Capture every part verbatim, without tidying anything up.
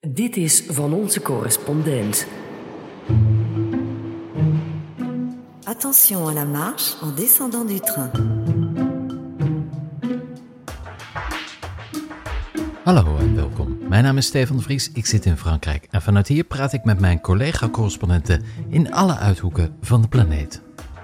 Dit is van onze correspondent. Attention à la marche en descendant du train. Hallo en welkom. Mijn naam is Stefan de Vries, ik zit in Frankrijk en vanuit hier praat ik met mijn collega-correspondenten in alle uithoeken van de planeet.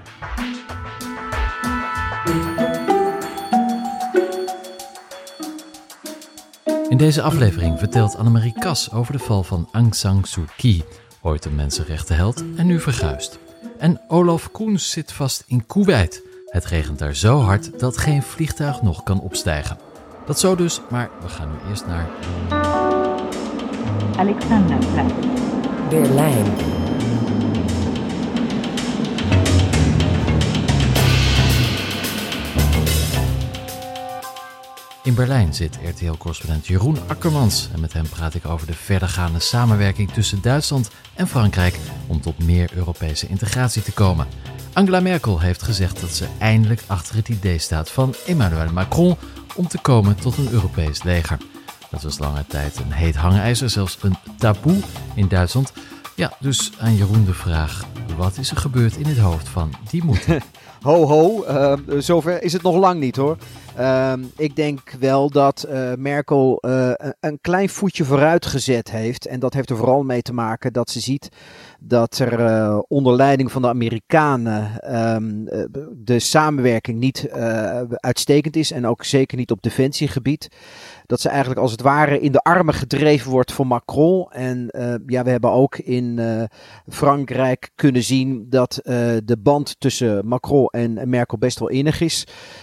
In deze aflevering vertelt Annemarie Kas over de val van Aung San Suu Kyi, ooit een mensenrechtenheld en nu verguisd. En Olaf Koens zit vast in Kuwait. Het regent daar zo hard dat geen vliegtuig nog kan opstijgen. Dat zo dus, maar we gaan nu eerst naar Alexanderplatz. Berlijn. In Berlijn zit R T L-correspondent Jeroen Akkermans en met hem praat ik over de verdergaande samenwerking tussen Duitsland en Frankrijk om tot meer Europese integratie te komen. Angela Merkel heeft gezegd dat ze eindelijk achter het idee staat van Emmanuel Macron om te komen tot een Europees leger. Dat was lange tijd een heet hangijzer, zelfs een taboe in Duitsland. Ja, dus aan Jeroen de vraag, wat is er gebeurd in het hoofd van die moeder? Ho ho, uh, zover is het nog lang niet hoor. Uh, ik denk wel dat uh, Merkel uh, een klein voetje vooruit gezet heeft. En dat heeft er vooral mee te maken dat ze ziet dat er uh, onder leiding van de Amerikanen um, de samenwerking niet uh, uitstekend is. En ook zeker niet op defensiegebied. Dat ze eigenlijk als het ware in de armen gedreven wordt van Macron. En uh, ja, we hebben ook in uh, Frankrijk kunnen zien dat uh, de band tussen Macron en Merkel best wel innig is.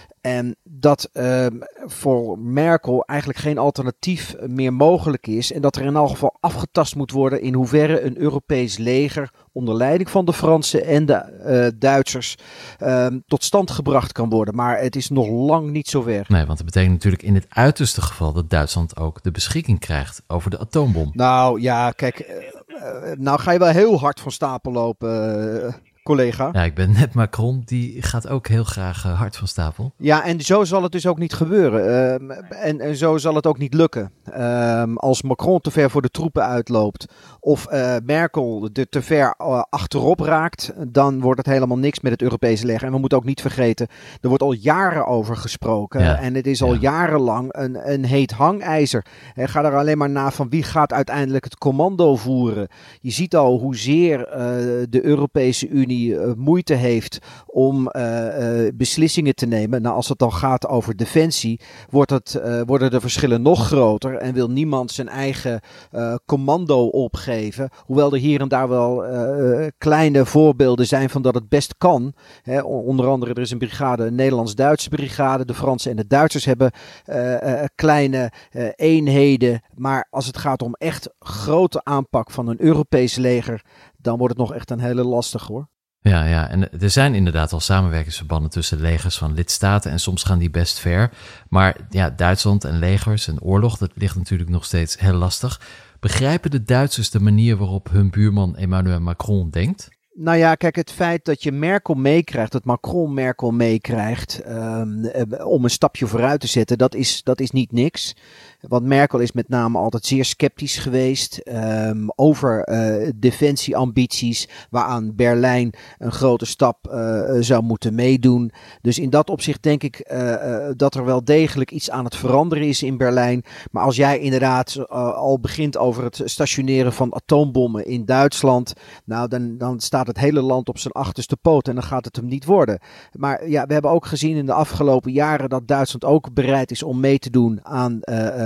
En dat uh, voor Merkel eigenlijk geen alternatief meer mogelijk is. En dat er in elk geval afgetast moet worden in hoeverre een Europees leger onder leiding van de Fransen en de uh, Duitsers uh, tot stand gebracht kan worden. Maar het is nog lang niet zover. Nee, want dat betekent natuurlijk in het uiterste geval dat Duitsland ook de beschikking krijgt over de atoombom. Nou ja, kijk, uh, uh, nou ga je wel heel hard van stapel lopen, uh, collega. Ja, ik ben net Macron, die gaat ook heel graag uh, hard van stapel. Ja, en zo zal het dus ook niet gebeuren. Um, en, en zo zal het ook niet lukken. Um, als Macron te ver voor de troepen uitloopt of uh, Merkel er te ver uh, achterop raakt, dan wordt het helemaal niks met het Europese leger. En we moeten ook niet vergeten, er wordt al jaren over gesproken. Ja. En het is al ja. jarenlang een, een heet hangijzer. He, ga er alleen maar na van wie gaat uiteindelijk het commando voeren. Je ziet al hoezeer uh, de Europese Unie Uh, moeite heeft om uh, uh, beslissingen te nemen. Nou, als het dan gaat over defensie, wordt het, uh, worden de verschillen nog groter en wil niemand zijn eigen uh, commando opgeven. Hoewel er hier en daar wel uh, kleine voorbeelden zijn van dat het best kan. Hè, onder andere, er is een brigade, een Nederlands-Duitse brigade. De Fransen en de Duitsers hebben uh, uh, kleine uh, eenheden. Maar als het gaat om echt grote aanpak van een Europees leger, dan wordt het nog echt een hele lastig hoor. Ja, ja, en er zijn inderdaad al samenwerkingsverbanden tussen legers van lidstaten en soms gaan die best ver. Maar ja, Duitsland en legers en oorlog, dat ligt natuurlijk nog steeds heel lastig. Begrijpen de Duitsers de manier waarop hun buurman Emmanuel Macron denkt? Nou ja, kijk, het feit dat je Merkel meekrijgt, dat Macron Merkel meekrijgt um, om een stapje vooruit te zetten, dat is, dat is niet niks. Want Merkel is met name altijd zeer sceptisch geweest um, over uh, defensieambities, waaraan Berlijn een grote stap uh, zou moeten meedoen. Dus in dat opzicht denk ik uh, uh, dat er wel degelijk iets aan het veranderen is in Berlijn. Maar als jij inderdaad uh, al begint over het stationeren van atoombommen in Duitsland, nou dan, dan staat het hele land op zijn achterste poot en dan gaat het hem niet worden. Maar ja, we hebben ook gezien in de afgelopen jaren dat Duitsland ook bereid is om mee te doen aan uh,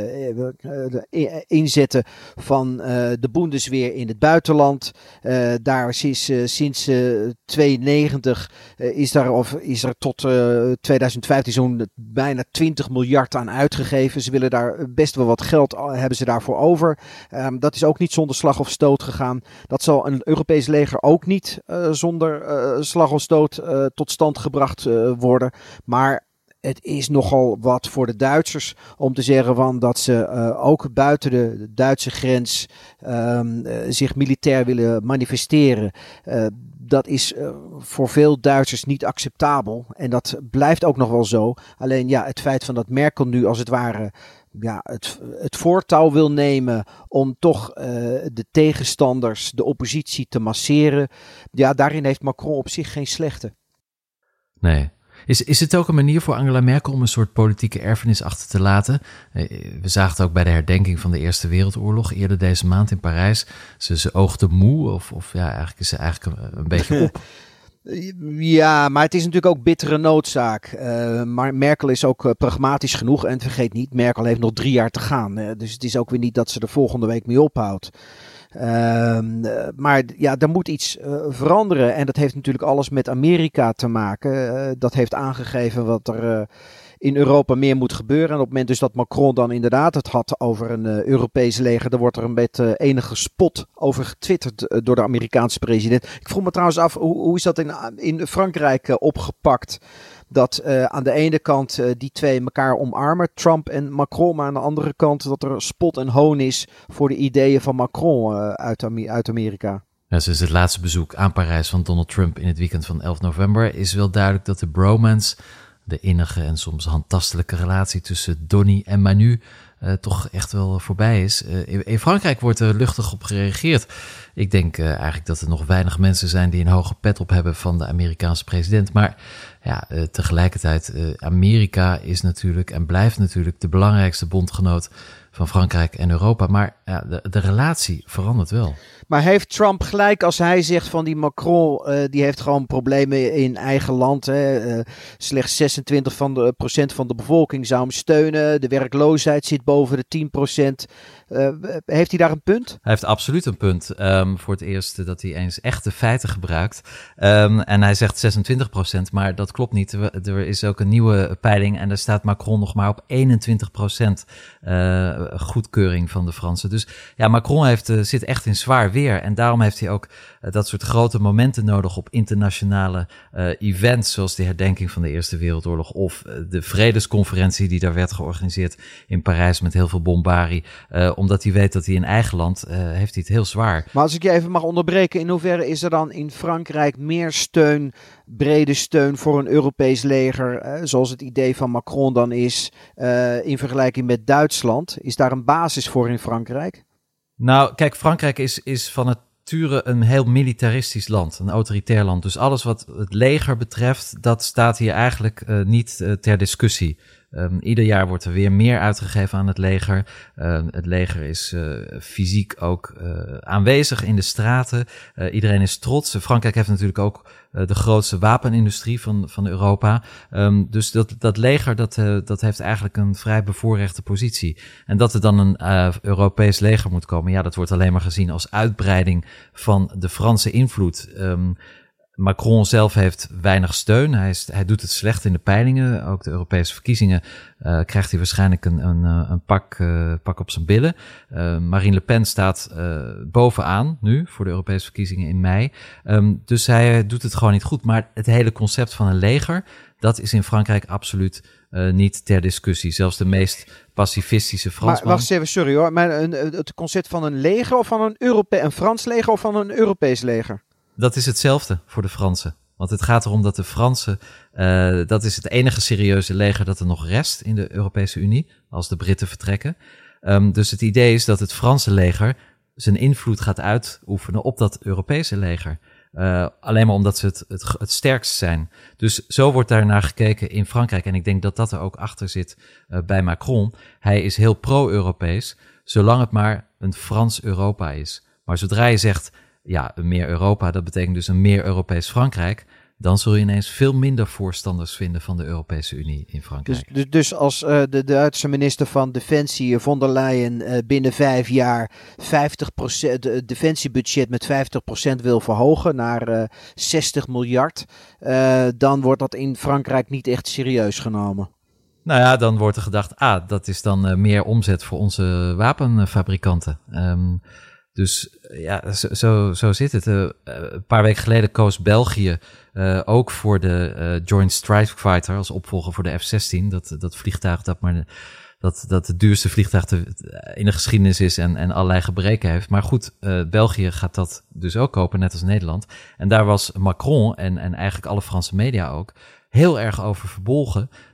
uh, inzetten van uh, de Bundeswehr in het buitenland. Uh, daar is uh, sinds uh, tweeënnegentig uh, is, daar, of is er tot uh, tweeduizend vijftien zo'n bijna twintig miljard aan uitgegeven. Ze willen daar best wel wat geld uh, hebben ze daarvoor over. Um, dat is ook niet zonder slag of stoot gegaan. Dat zal een Europees leger ook niet uh, zonder uh, slag of stoot uh, tot stand gebracht uh, worden. Maar het is nogal wat voor de Duitsers om te zeggen van dat ze uh, ook buiten de Duitse grens um, uh, zich militair willen manifesteren. Uh, dat is uh, voor veel Duitsers niet acceptabel. En dat blijft ook nog wel zo. Alleen ja, het feit van dat Merkel nu als het ware ja, het, het voortouw wil nemen om toch uh, de tegenstanders, de oppositie te masseren. Ja, daarin heeft Macron op zich geen slechte. Nee. Is, is het ook een manier voor Angela Merkel om een soort politieke erfenis achter te laten? We zagen het ook bij de herdenking van de Eerste Wereldoorlog eerder deze maand in Parijs. Ze, ze oogde moe of, of ja, eigenlijk is ze eigenlijk een, een beetje op. Ja, maar het is natuurlijk ook bittere noodzaak. Uh, maar Merkel is ook uh, pragmatisch genoeg. En vergeet niet, Merkel heeft nog drie jaar te gaan. Uh, dus het is ook weer niet dat ze er volgende week mee ophoudt. Uh, maar ja, er moet iets uh, veranderen. En dat heeft natuurlijk alles met Amerika te maken. Uh, dat heeft aangegeven wat er uh, in Europa meer moet gebeuren. En op het moment dus dat Macron dan inderdaad het had over een uh, Europees leger, dan wordt er een beetje uh, enige spot over getwitterd uh, door de Amerikaanse president. Ik vroeg me trouwens af, hoe, hoe is dat in, in Frankrijk uh, opgepakt? Dat uh, aan de ene kant uh, die twee elkaar omarmen, Trump en Macron, maar aan de andere kant dat er spot en hoon is voor de ideeën van Macron uh, uit, Am- uit Amerika. Ja, sinds het laatste bezoek aan Parijs van Donald Trump in het weekend van elf november is wel duidelijk dat de bromance, de innige en soms handtastelijke relatie tussen Donnie en Manu uh, toch echt wel voorbij is. Uh, in, in Frankrijk wordt er luchtig op gereageerd. Ik denk uh, eigenlijk dat er nog weinig mensen zijn die een hoge pet op hebben van de Amerikaanse president. Maar ja, uh, tegelijkertijd, uh, Amerika is natuurlijk en blijft natuurlijk de belangrijkste bondgenoot van Frankrijk en Europa. Maar ja, de, de relatie verandert wel. Maar heeft Trump gelijk als hij zegt van die Macron, uh, die heeft gewoon problemen in eigen land. Hè? Uh, slechts zesentwintig van de, procent van de bevolking zou hem steunen. De werkloosheid zit boven de tien procent. Uh, heeft hij daar een punt? Hij heeft absoluut een punt. Um, voor het eerst dat hij eens echte feiten gebruikt. Um, en hij zegt zesentwintig procent, maar dat klopt niet. Er is ook een nieuwe peiling en daar staat Macron nog maar op eenentwintig procent uh, goedkeuring van de Fransen. Dus ja, Macron heeft, uh, zit echt in zwaar weer. En daarom heeft hij ook uh, dat soort grote momenten nodig op internationale uh, events, zoals de herdenking van de Eerste Wereldoorlog of uh, de vredesconferentie die daar werd georganiseerd in Parijs met heel veel bombarie. Uh, omdat hij weet dat hij in eigen land uh, heeft hij het heel zwaar. Maar als ik je even mag onderbreken, in hoeverre is er dan in Frankrijk meer steun, brede steun voor een Europees leger, eh, zoals het idee van Macron dan is, uh, in vergelijking met Duitsland? Is daar een basis voor in Frankrijk? Nou, kijk, Frankrijk is, is van nature een heel militaristisch land, een autoritair land. Dus alles wat het leger betreft, dat staat hier eigenlijk uh, niet uh, ter discussie. Um, ieder jaar wordt er weer meer uitgegeven aan het leger. Uh, het leger is uh, fysiek ook uh, aanwezig in de straten. Uh, iedereen is trots. Frankrijk heeft natuurlijk ook uh, de grootste wapenindustrie van, van Europa. Um, dus dat, dat leger dat, uh, dat heeft eigenlijk een vrij bevoorrechte positie. En dat er dan een uh, Europees leger moet komen, ja, dat wordt alleen maar gezien als uitbreiding van de Franse invloed. Um, Macron zelf heeft weinig steun. Hij, is, hij doet het slecht in de peilingen. Ook de Europese verkiezingen uh, krijgt hij waarschijnlijk een, een, een pak, uh, pak op zijn billen. Uh, Marine Le Pen staat uh, bovenaan nu voor de Europese verkiezingen in mei. Um, dus hij doet het gewoon niet goed. Maar het hele concept van een leger, dat is in Frankrijk absoluut uh, niet ter discussie. Zelfs de meest pacifistische Fransman. Maar wacht eens even, sorry hoor. Maar een, het concept van een leger of van een, Europe- een Frans leger of van een Europees leger? Dat is hetzelfde voor de Fransen. Want het gaat erom dat de Fransen, uh, dat is het enige serieuze leger dat er nog rest in de Europese Unie, als de Britten vertrekken. Um, dus het idee is dat het Franse leger zijn invloed gaat uitoefenen op dat Europese leger. Uh, alleen maar omdat ze het, het, het sterkst zijn. Dus zo wordt daar naar gekeken in Frankrijk. En ik denk dat dat er ook achter zit uh, bij Macron. Hij is heel pro-Europees, zolang het maar een Frans Europa is. Maar zodra je zegt, ja, een meer Europa, dat betekent dus een meer Europees Frankrijk, dan zul je ineens veel minder voorstanders vinden van de Europese Unie in Frankrijk. Dus, dus, dus als uh, de Duitse minister van Defensie, von der Leyen, uh, binnen vijf jaar vijftig procent het defensiebudget met vijftig procent wil verhogen naar uh, zestig miljard, uh, dan wordt dat in Frankrijk niet echt serieus genomen. Nou ja, dan wordt er gedacht, ah, dat is dan uh, meer omzet voor onze wapenfabrikanten. Um, Dus ja, zo, zo, zo zit het. Uh, een paar weken geleden koos België uh, ook voor de uh, Joint Strike Fighter als opvolger voor de F zestien. Dat, dat vliegtuig dat maar de, dat, dat het duurste vliegtuig te, in de geschiedenis is en, en allerlei gebreken heeft. Maar goed, uh, België gaat dat dus ook kopen, net als Nederland. En daar was Macron en, en eigenlijk alle Franse media ook heel erg over verbolgen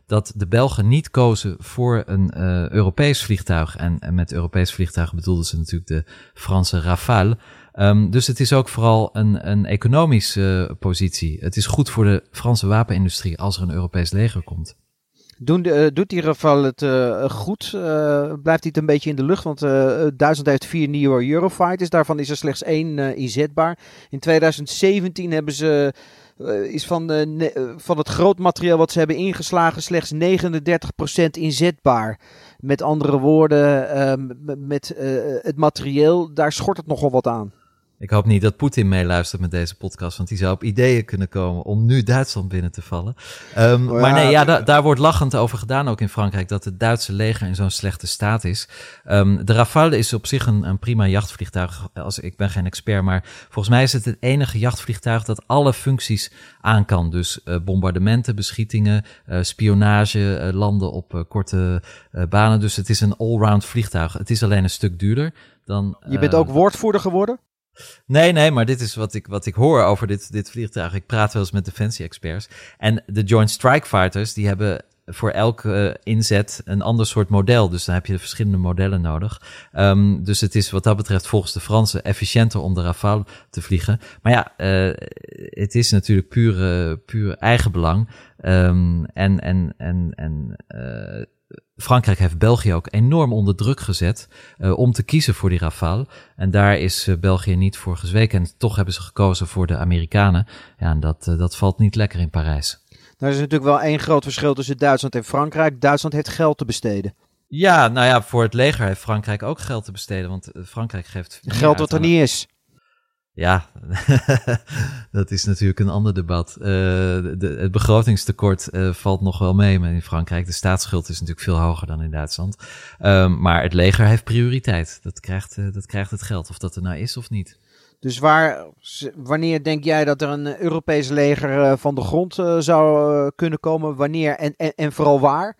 dat de Belgen niet kozen voor een uh, Europees vliegtuig. En, en met Europees vliegtuig bedoelden ze natuurlijk de Franse Rafale. Um, dus het is ook vooral een, een economische uh, positie. Het is goed voor de Franse wapenindustrie als er een Europees leger komt. Doen de, uh, doet die Rafale het uh, goed? Uh, blijft hij het een beetje in de lucht? Want uh, Duitsland heeft vier nieuwe Eurofighters. Daarvan is er slechts één uh, inzetbaar. In twintig zeventien hebben ze... Uh, is van, uh, ne- uh, van het groot materieel wat ze hebben ingeslagen slechts negenendertig procent inzetbaar. Met andere woorden, uh, m- met uh, het materieel, daar schort het nogal wat aan. Ik hoop niet dat Poetin meeluistert met deze podcast, want die zou op ideeën kunnen komen om nu Duitsland binnen te vallen. Um, oh ja. Maar nee, ja, da- daar wordt lachend over gedaan ook in Frankrijk, dat het Duitse leger in zo'n slechte staat is. Um, de Rafale is op zich een, een prima jachtvliegtuig. Als, ik ben geen expert, maar volgens mij is het het enige jachtvliegtuig dat alle functies aan kan. Dus uh, bombardementen, beschietingen, uh, spionage, uh, landen op uh, korte uh, banen. Dus het is een allround vliegtuig. Het is alleen een stuk duurder dan... Uh, Je bent ook woordvoerder geworden? Nee, nee, maar dit is wat ik, wat ik hoor over dit, dit vliegtuig. Ik praat wel eens met defensie-experts. En de Joint Strike Fighters, die hebben voor elke uh, inzet een ander soort model. Dus dan heb je verschillende modellen nodig. Um, dus het is wat dat betreft volgens de Fransen efficiënter om de Rafale te vliegen. Maar ja, uh, het is natuurlijk puur, uh, puur eigenbelang. Um, en en, en, en uh, Frankrijk heeft België ook enorm onder druk gezet uh, om te kiezen voor die Rafale. En daar is uh, België niet voor gezweken. En toch hebben ze gekozen voor de Amerikanen. Ja, en dat, uh, dat valt niet lekker in Parijs. Nou, er is natuurlijk wel één groot verschil tussen Duitsland en Frankrijk. Duitsland heeft geld te besteden. Ja, nou ja, voor het leger heeft Frankrijk ook geld te besteden. Want Frankrijk geeft... Geld wat er niet is. Ja, dat is natuurlijk een ander debat. Uh, de, het begrotingstekort uh, valt nog wel mee in Frankrijk. De staatsschuld is natuurlijk veel hoger dan in Duitsland. Um, maar het leger heeft prioriteit. Dat krijgt, uh, dat krijgt het geld, of dat er nou is of niet. Dus waar, wanneer denk jij dat er een Europees leger uh, van de grond uh, zou uh, kunnen komen? Wanneer en, en, en vooral waar?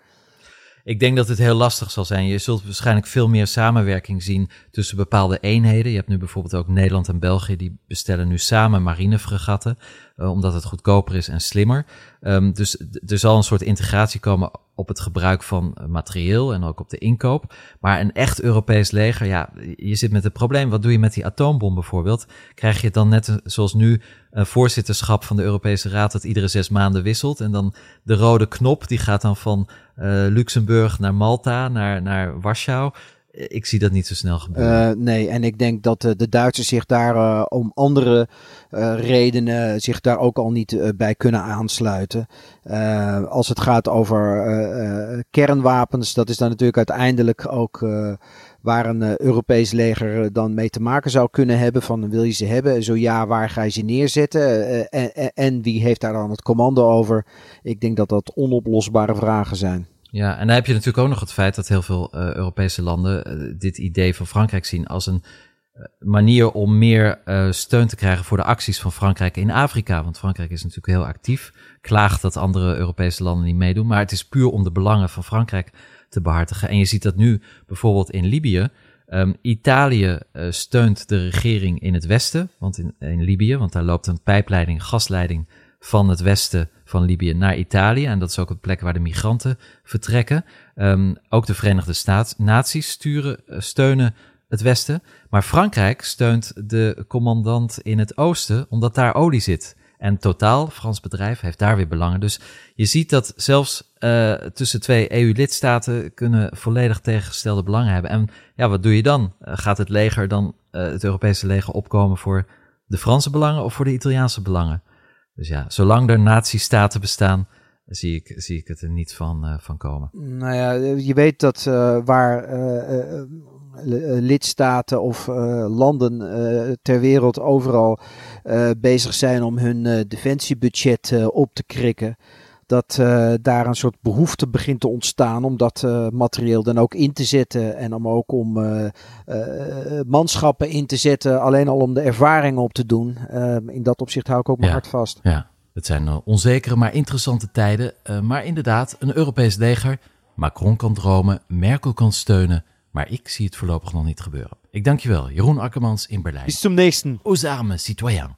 Ik denk dat het heel lastig zal zijn. Je zult waarschijnlijk veel meer samenwerking zien tussen bepaalde eenheden. Je hebt nu bijvoorbeeld ook Nederland en België, die bestellen nu samen marinefregatten, uh, omdat het goedkoper is en slimmer. Um, dus d- er zal een soort integratie komen op het gebruik van materieel en ook op de inkoop. Maar een echt Europees leger, ja, je zit met het probleem. Wat doe je met die atoombom bijvoorbeeld? Krijg je het dan net zoals nu een voorzitterschap van de Europese Raad dat iedere zes maanden wisselt en dan de rode knop, die gaat dan van uh, Luxemburg naar Malta, naar, naar Warschau. Ik zie dat niet zo snel gebeuren. Uh, nee, en ik denk dat uh, de Duitsers zich daar uh, om andere uh, redenen zich daar ook al niet uh, bij kunnen aansluiten. Uh, als het gaat over uh, uh, kernwapens, dat is dan natuurlijk uiteindelijk ook uh, waar een uh, Europees leger dan mee te maken zou kunnen hebben. Van wil je ze hebben? Zo ja, waar ga je ze neerzetten? Uh, en, en, en wie heeft daar dan het commando over? Ik denk dat dat onoplosbare vragen zijn. Ja, en dan heb je natuurlijk ook nog het feit dat heel veel uh, Europese landen uh, dit idee van Frankrijk zien als een uh, manier om meer uh, steun te krijgen voor de acties van Frankrijk in Afrika. Want Frankrijk is natuurlijk heel actief, klaagt dat andere Europese landen niet meedoen, maar het is puur om de belangen van Frankrijk te behartigen. En je ziet dat nu bijvoorbeeld in Libië. Um, Italië uh, steunt de regering in het westen, want in, in Libië, want daar loopt een pijpleiding, gasleiding van het westen van Libië naar Italië. En dat is ook het plek waar de migranten vertrekken. Um, ook de Verenigde Staat, Naties sturen, steunen het westen. Maar Frankrijk steunt de commandant in het oosten, omdat daar olie zit. En Total, Frans bedrijf, heeft daar weer belangen. Dus je ziet dat zelfs uh, tussen twee E U-lidstaten kunnen volledig tegengestelde belangen hebben. En ja, wat doe je dan? Uh, gaat het leger dan, uh, het Europese leger, opkomen voor de Franse belangen of voor de Italiaanse belangen? Dus ja, zolang er nazistaten bestaan, zie ik, zie ik het er niet van, uh, van komen. Nou ja, je weet dat uh, waar uh, uh, lidstaten of uh, landen uh, ter wereld overal uh, bezig zijn om hun uh, defensiebudget uh, op te krikken, dat uh, daar een soort behoefte begint te ontstaan om dat uh, materieel dan ook in te zetten en om ook om uh, uh, manschappen in te zetten, alleen al om de ervaring op te doen. Uh, in dat opzicht hou ik ook mijn ja, hart vast. Ja, het zijn uh, onzekere maar interessante tijden. Uh, maar inderdaad, een Europees leger. Macron kan dromen, Merkel kan steunen, maar ik zie het voorlopig nog niet gebeuren. Ik dank je wel, Jeroen Akkermans in Berlijn. Bis zum nächsten. Aux armes, citoyens.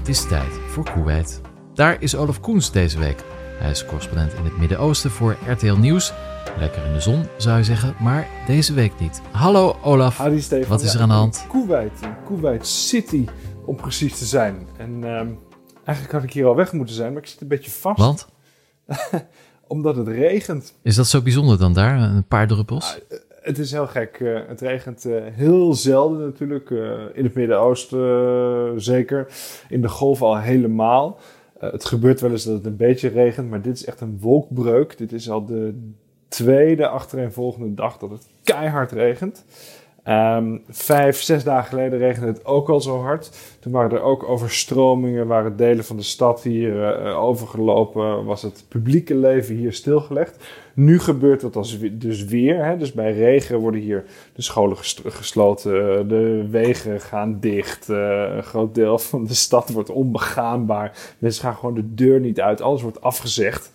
Het is tijd voor Koeweit. Daar is Olaf Koens deze week. Hij is correspondent in het Midden-Oosten voor R T L Nieuws. Lekker in de zon, zou je zeggen, maar deze week niet. Hallo Olaf, Howdy, Stefan. wat is er ja, aan de hand? Koeweit, Koeweit City om precies te zijn. En uh, eigenlijk had ik hier al weg moeten zijn, maar ik zit een beetje vast. Want? Omdat het regent. Is dat zo bijzonder dan daar, een paar druppels? Uh, het is heel gek. Uh, het regent uh, heel zelden natuurlijk. Uh, in het Midden-Oosten uh, zeker. In de golf al helemaal. Uh, het gebeurt wel eens dat het een beetje regent, maar dit is echt een wolkbreuk. Dit is al de tweede achtereenvolgende dag dat het keihard regent. Um, vijf, zes dagen geleden regende het ook al zo hard. Toen waren er ook overstromingen, waren delen van de stad hier uh, overgelopen, was het publieke leven hier stilgelegd. Nu gebeurt dat als, dus weer. Hè? Dus bij regen worden hier de scholen gesloten, de wegen gaan dicht. Uh, een groot deel van de stad wordt onbegaanbaar. Mensen gaan gewoon de deur niet uit, alles wordt afgezegd.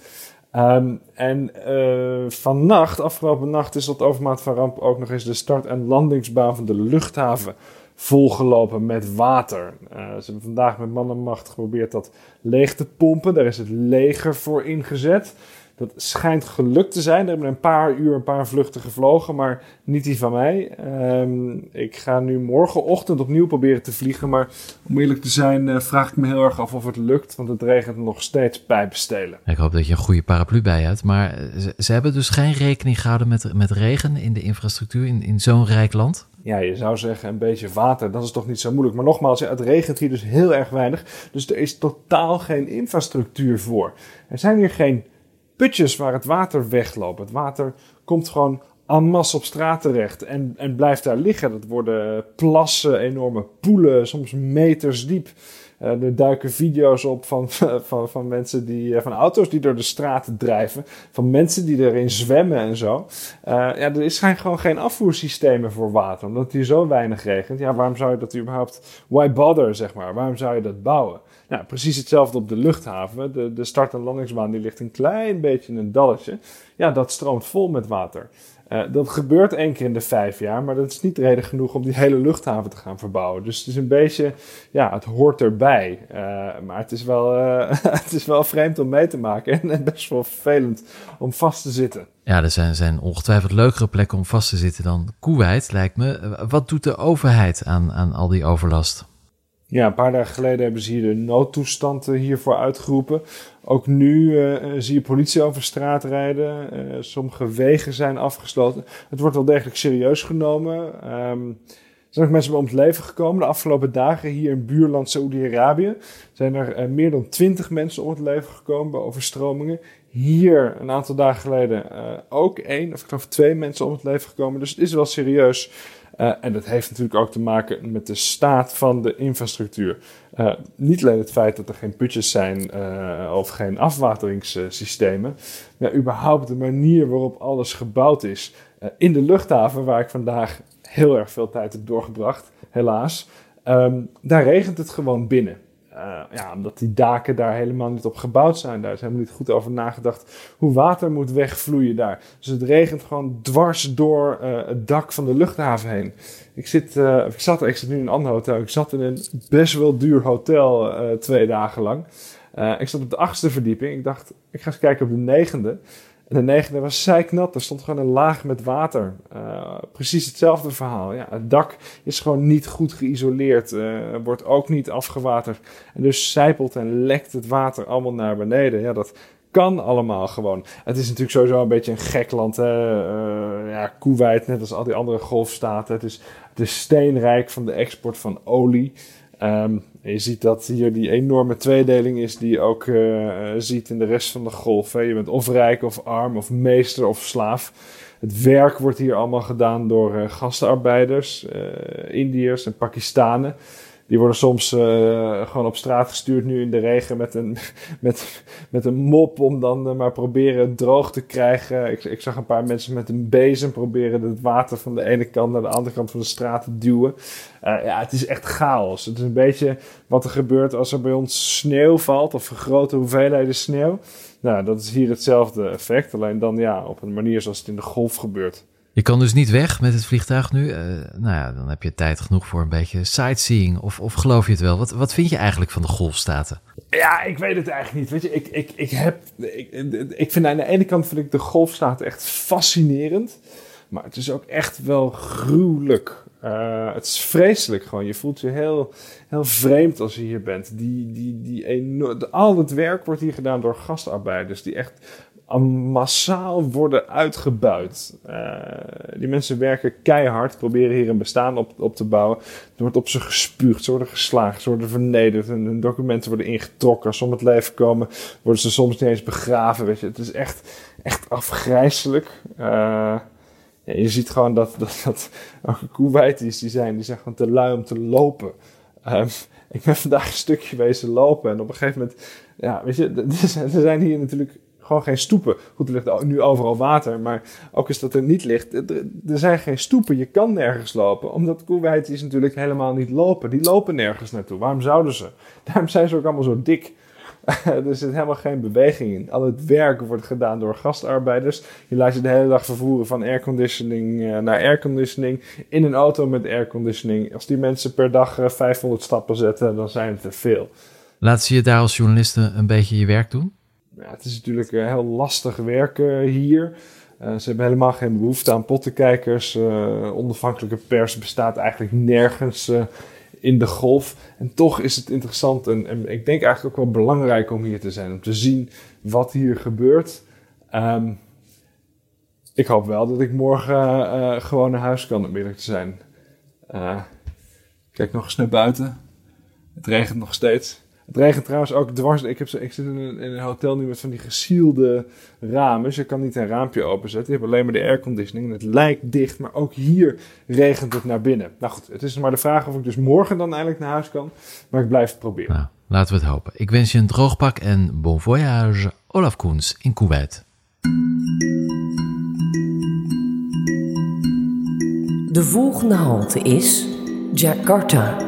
Um, en uh, vannacht, afgelopen nacht, is tot overmaat van ramp ook nog eens de start- en landingsbaan van de luchthaven volgelopen met water. Uh, ze hebben vandaag met man en macht geprobeerd dat leeg te pompen. Daar is het leger voor ingezet. Dat schijnt gelukt te zijn. Er hebben een paar uur, een paar vluchten gevlogen, maar niet die van mij. Um, ik ga nu morgenochtend opnieuw proberen te vliegen, maar om eerlijk te zijn uh, vraag ik me heel erg af of het lukt, want het regent nog steeds pijpenstelen. Ik hoop dat je een goede paraplu bij hebt, maar ze, ze hebben dus geen rekening gehouden met, met regen in de infrastructuur in, in zo'n rijk land? Ja, je zou zeggen een beetje water, dat is toch niet zo moeilijk. Maar nogmaals, ja, het regent hier dus heel erg weinig, dus er is totaal geen infrastructuur voor. Er zijn hier geen putjes waar het water wegloopt. Het water komt gewoon en masse op straat terecht en, en blijft daar liggen. Dat worden plassen, enorme poelen, soms meters diep. Uh, er duiken video's op van, van, van mensen die, van auto's die door de straten drijven. Van mensen die erin zwemmen en zo. Uh, ja, er zijn gewoon geen afvoersystemen voor water, omdat het hier zo weinig regent. Ja, waarom zou je dat überhaupt, why bother, zeg maar? Waarom zou je dat bouwen? Nou, precies hetzelfde op de luchthaven. De, de start- en landingsbaan die ligt een klein beetje in een dalletje. Ja, dat stroomt vol met water. Uh, dat gebeurt één keer in de vijf jaar, maar dat is niet reden genoeg om die hele luchthaven te gaan verbouwen. Dus het is een beetje, ja, het hoort erbij. Uh, maar het is, wel, uh, het is wel vreemd om mee te maken en best wel vervelend om vast te zitten. Ja, er zijn, zijn ongetwijfeld leukere plekken om vast te zitten dan Koeweit, lijkt me. Wat doet de overheid aan, aan al die overlast? Ja, een paar dagen geleden hebben ze hier de noodtoestand hiervoor uitgeroepen. Ook nu uh, zie je politie over straat rijden. Uh, sommige wegen zijn afgesloten. Het wordt wel degelijk serieus genomen. Um, er zijn ook mensen om het leven gekomen. De afgelopen dagen hier in buurland Saoedi-Arabië zijn er uh, meer dan twintig mensen om het leven gekomen bij overstromingen. Hier een aantal dagen geleden uh, ook één of ik geloof twee mensen om het leven gekomen. Dus het is wel serieus. Uh, en dat heeft natuurlijk ook te maken met de staat van de infrastructuur. Uh, niet alleen het feit dat er geen putjes zijn uh, of geen afwateringssystemen. Maar überhaupt de manier waarop alles gebouwd is. Uh, in de luchthaven, waar ik vandaag heel erg veel tijd heb doorgebracht, helaas. Um, daar regent het gewoon binnen. Uh, ja, omdat die daken daar helemaal niet op gebouwd zijn. Daar is helemaal niet goed over nagedacht hoe water moet wegvloeien daar. Dus het regent gewoon dwars door uh, het dak van de luchthaven heen. Ik zit, uh, ik, zat, ik zit nu in een ander hotel. Ik zat in een best wel duur hotel uh, twee dagen lang. Uh, ik zat op de achtste verdieping. Ik dacht, ik ga eens kijken op de negende. En de negende was zeiknat. Er stond gewoon een laag met water. Uh, precies hetzelfde verhaal. Ja, het dak is gewoon niet goed geïsoleerd. Uh, wordt ook niet afgewaterd. En dus sijpelt en lekt het water allemaal naar beneden. Ja, dat kan allemaal gewoon. Het is natuurlijk sowieso een beetje een gek land. Hè? Uh, ja, Koeweit, net als al die andere golfstaten. Het is, het is steenrijk van de export van olie. Um, je ziet dat hier die enorme tweedeling is die je ook uh, ziet in de rest van de golf. Hè. Je bent of rijk of arm of meester of slaaf. Het werk wordt hier allemaal gedaan door uh, gastarbeiders, uh, Indiërs en Pakistanen. Die worden soms uh, gewoon op straat gestuurd nu in de regen met een, met, met een mop om dan uh, maar proberen het droog te krijgen. Ik, ik zag een paar mensen met een bezem proberen het water van de ene kant naar de andere kant van de straat te duwen. Uh, ja, het is echt chaos. Het is een beetje wat er gebeurt als er bij ons sneeuw valt of grote hoeveelheden sneeuw. Nou, dat is hier hetzelfde effect, alleen dan ja, op een manier zoals het in de golf gebeurt. Je kan dus niet weg met het vliegtuig nu. Uh, nou ja, dan heb je tijd genoeg voor een beetje sightseeing. Of, of geloof je het wel? Wat, wat vind je eigenlijk van de Golfstaten? Ja, ik weet het eigenlijk niet. Weet je, ik, ik, ik, heb, ik, ik vind aan de ene kant vind ik de Golfstaten echt fascinerend. Maar het is ook echt wel gruwelijk. Uh, het is vreselijk gewoon. Je voelt je heel, heel vreemd als je hier bent. Die, die, die enorm, al het werk wordt hier gedaan door gastarbeiders die echt massaal worden uitgebuit. Uh, die mensen werken keihard, proberen hier een bestaan op, op te bouwen. Er wordt op ze gespuugd, ze worden geslagen, ze worden vernederd. En hun documenten worden ingetrokken. Als ze om het leven komen, worden ze soms niet eens begraven. Weet je. Het is echt, echt afgrijselijk. Uh, Ja, je ziet gewoon dat, dat, dat ook Kuwaitis die zijn, die zijn gewoon te lui om te lopen. Um, ik ben vandaag een stukje wezen lopen en op een gegeven moment, ja, weet je, er zijn hier natuurlijk gewoon geen stoepen. Goed, er ligt nu overal water, maar ook als dat er niet ligt, er, er zijn geen stoepen. Je kan nergens lopen, omdat Kuwaitis natuurlijk helemaal niet lopen. Die lopen nergens naartoe. Waarom zouden ze? Daarom zijn ze ook allemaal zo dik. Er zit helemaal geen beweging in. Al het werk wordt gedaan door gastarbeiders. Je laat je de hele dag vervoeren van airconditioning naar airconditioning. In een auto met airconditioning. Als die mensen per dag vijfhonderd stappen zetten, dan zijn het te veel. Laat ze je daar als journaliste een beetje je werk doen? Ja, het is natuurlijk heel lastig werken hier. Uh, ze hebben helemaal geen behoefte aan pottenkijkers. Uh, onafhankelijke pers bestaat eigenlijk nergens uh, in de golf. En toch is het interessant en, en ik denk eigenlijk ook wel belangrijk om hier te zijn. Om te zien wat hier gebeurt. Um, ik hoop wel dat ik morgen uh, gewoon naar huis kan, om eerlijk te zijn. Uh, kijk nog eens naar buiten. Het regent nog steeds. Het regent trouwens ook dwars. Ik, heb zo, ik zit in een, in een hotel nu met van die gesielde ramen. Dus je kan niet een raampje openzetten. Je hebt alleen maar de airconditioning. En het lijkt dicht, maar ook hier regent het naar binnen. Nou goed, het is maar de vraag of ik dus morgen dan eindelijk naar huis kan. Maar ik blijf het proberen. Nou, laten we het hopen. Ik wens je een droogpak en bon voyage. Olaf Koens in Kuwait. De volgende halte is Jakarta.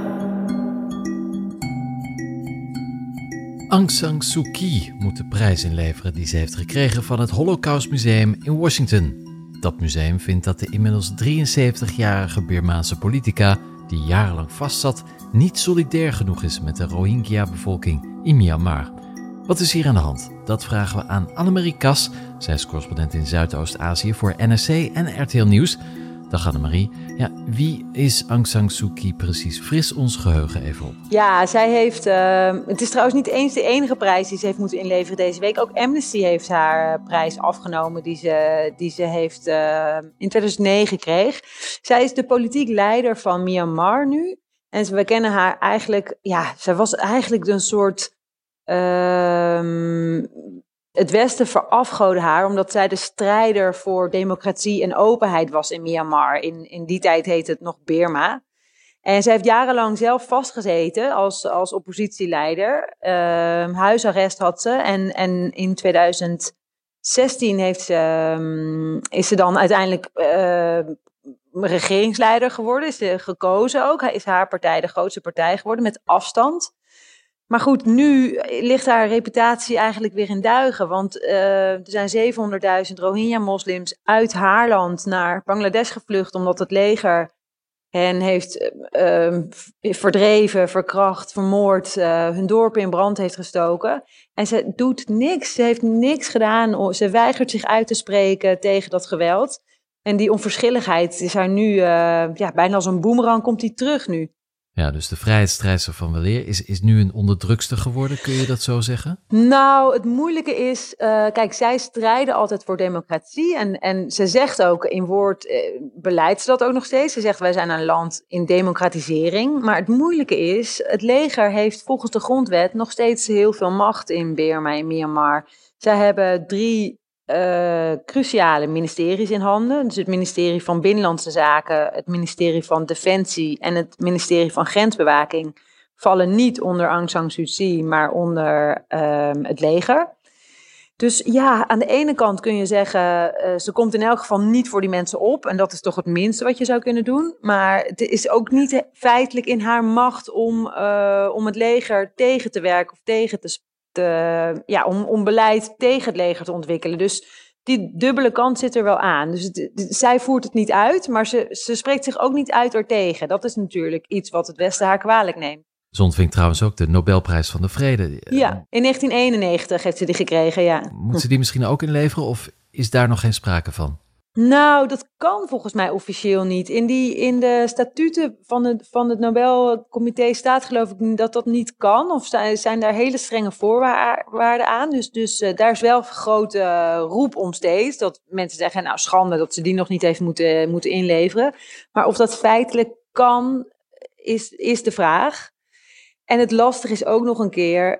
Aung San Suu Kyi moet de prijs inleveren die ze heeft gekregen van het Holocaustmuseum in Washington. Dat museum vindt dat de inmiddels drieënzeventigjarige Birmaanse politica, die jarenlang vastzat, niet solidair genoeg is met de Rohingya-bevolking in Myanmar. Wat is hier aan de hand? Dat vragen we aan Annemarie Kas. Zij is correspondent in Zuidoost-Azië voor N R C en R T L Nieuws. Dag Annemarie. Ja, wie is Aung San Suu Kyi precies? Fris ons geheugen even op. Ja, zij heeft... Uh, het is trouwens niet eens de enige prijs die ze heeft moeten inleveren deze week. Ook Amnesty heeft haar uh, prijs afgenomen die ze, die ze heeft uh, in tweeduizend negen kreeg. Zij is de politiek leider van Myanmar nu. En we kennen haar eigenlijk... Ja, zij was eigenlijk een soort... Uh, Het Westen verafgoodde haar omdat zij de strijder voor democratie en openheid was in Myanmar. In, in die tijd heette het nog Birma. En zij heeft jarenlang zelf vastgezeten als, als oppositieleider. Uh, huisarrest had ze en, en in tweeduizend zestien heeft ze, um, is ze dan uiteindelijk uh, regeringsleider geworden. Is ze gekozen ook. Is haar partij de grootste partij geworden met afstand. Maar goed, nu ligt haar reputatie eigenlijk weer in duigen. Want uh, er zijn zevenhonderdduizend Rohingya-moslims uit haar land naar Bangladesh gevlucht. Omdat het leger hen heeft uh, verdreven, verkracht, vermoord. Uh, hun dorpen in brand heeft gestoken. En ze doet niks. Ze heeft niks gedaan. Ze weigert zich uit te spreken tegen dat geweld. En die onverschilligheid is haar nu, uh, ja, bijna als een boemerang komt die terug nu. Ja, dus de vrijheidsstrijdster van weleer is, is nu een onderdrukster geworden, kun je dat zo zeggen? Nou, het moeilijke is, uh, kijk, zij strijden altijd voor democratie en, en ze zegt ook in woord, uh, beleidt ze dat ook nog steeds. Ze zegt, wij zijn een land in democratisering, maar het moeilijke is, het leger heeft volgens de grondwet nog steeds heel veel macht in Birma, in Myanmar. Zij hebben drie Uh, cruciale ministeries in handen. Dus het ministerie van Binnenlandse Zaken, het ministerie van Defensie en het ministerie van Grensbewaking vallen niet onder Aung San Suu Kyi, maar onder uh, het leger. Dus ja, aan de ene kant kun je zeggen, uh, ze komt in elk geval niet voor die mensen op. En dat is toch het minste wat je zou kunnen doen. Maar het is ook niet feitelijk in haar macht om, uh, om het leger tegen te werken of tegen te Te, ja, om, om beleid tegen het leger te ontwikkelen. Dus die dubbele kant zit er wel aan. Dus het, het, zij voert het niet uit, maar ze, ze spreekt zich ook niet uit ertegen. Dat is natuurlijk iets wat het Westen haar kwalijk neemt. Ze ontving trouwens ook de Nobelprijs van de Vrede. Ja, in negentien eenennegentig heeft ze die gekregen, ja. Moet ze die misschien ook inleveren of is daar nog geen sprake van? Nou, dat kan volgens mij officieel niet. In, die, in de statuten van het, van het Nobelcomité staat geloof ik dat dat niet kan. Of zijn daar hele strenge voorwaarden aan. Dus, dus uh, daar is wel grote uh, roep om steeds. Dat mensen zeggen, nou schande dat ze die nog niet heeft moeten, moeten inleveren. Maar of dat feitelijk kan, is, is de vraag. En het lastige is ook nog een keer...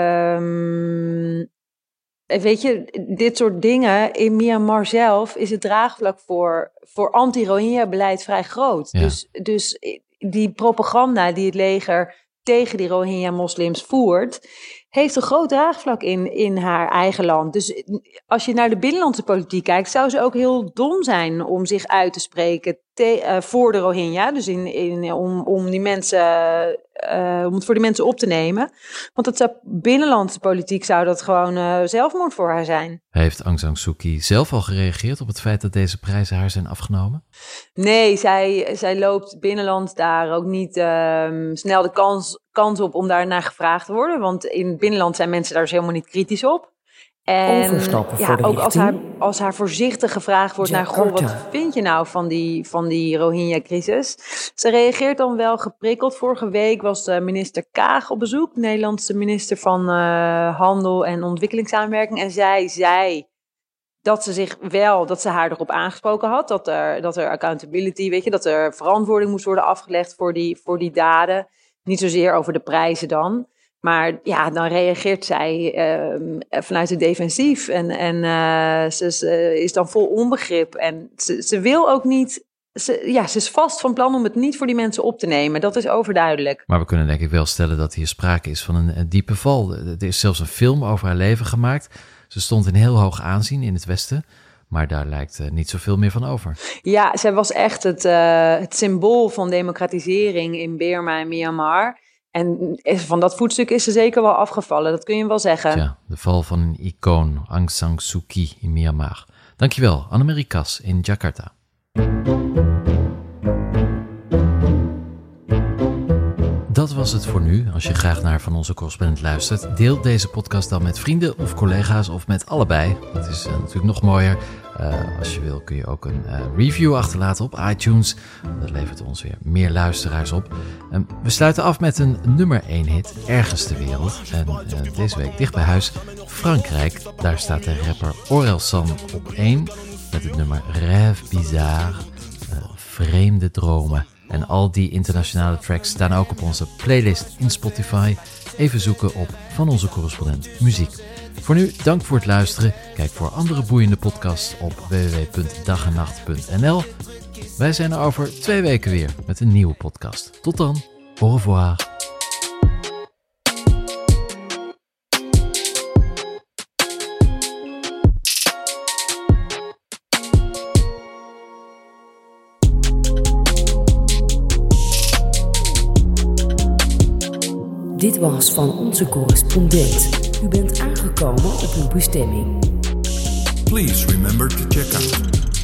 Um, Weet je, dit soort dingen, in Myanmar zelf is het draagvlak voor, voor anti-Rohingya-beleid vrij groot. Ja. Dus, dus die propaganda die het leger tegen die Rohingya-moslims voert, heeft een groot draagvlak in, in haar eigen land. Dus als je naar de binnenlandse politiek kijkt, zou ze ook heel dom zijn om zich uit te spreken te, uh, voor de Rohingya. Dus in, in, om, om, die mensen, uh, om het voor die mensen op te nemen. Want dat zou, binnenlandse politiek zou dat gewoon uh, zelfmoord voor haar zijn. Heeft Aung San Suu Kyi zelf al gereageerd op het feit dat deze prijzen haar zijn afgenomen? Nee, zij, zij loopt binnenland daar ook niet uh, snel de kans, kans op om daar naar gevraagd te worden. Want in het binnenland zijn mensen daar dus helemaal niet kritisch op. En Overstappen ja, voor de ook als haar, richting. als haar voorzichtig gevraagd wordt naar, goh, wat Jakarta. vind je nou van die, van die Rohingya-crisis? Ze reageert dan wel geprikkeld. Vorige week was de minister Kaag op bezoek, de Nederlandse minister van uh, Handel en Ontwikkelingssamenwerking. En zij zei dat ze zich wel, dat ze haar erop aangesproken had, dat er, dat er accountability, weet je, dat er verantwoording moest worden afgelegd voor die, voor die daden. Niet zozeer over de prijzen dan. Maar ja, dan reageert zij uh, vanuit het defensief en, en uh, ze, ze is dan vol onbegrip. En ze, ze wil ook niet, ze, ja, ze is vast van plan om het niet voor die mensen op te nemen. Dat is overduidelijk. Maar we kunnen denk ik wel stellen dat hier sprake is van een, een diepe val. Er is zelfs een film over haar leven gemaakt. Ze stond in heel hoog aanzien in het Westen, maar daar lijkt uh, niet zoveel meer van over. Ja, zij was echt het, uh, het symbool van democratisering in Birma en Myanmar. En van dat voetstuk is ze zeker wel afgevallen, dat kun je wel zeggen. Ja, de val van een icoon, Aung San Suu Kyi in Myanmar. Dankjewel, Annemarie Kas in Jakarta. Dat was het voor nu. Als je graag naar Van Onze Correspondent luistert, deel deze podcast dan met vrienden of collega's of met allebei. Dat is uh, natuurlijk nog mooier. Uh, als je wil kun je ook een uh, review achterlaten op iTunes. Dat levert ons weer meer luisteraars op. Um, we sluiten af met een nummer één hit, Ergens ter wereld. En uh, deze week dicht bij huis, Frankrijk. Daar staat de rapper Orelsan op één met het nummer Rêve Bizarre, uh, Vreemde Dromen. En al die internationale tracks staan ook op onze playlist in Spotify. Even zoeken op Van Onze Correspondent Muziek. Voor nu, dank voor het luisteren. Kijk voor andere boeiende podcasts op w w w punt dag en nacht punt n l. Wij zijn er over twee weken weer met een nieuwe podcast. Tot dan, au revoir. Dit was Van Onze Correspondent. U bent aangekomen op uw bestemming. Please remember to check out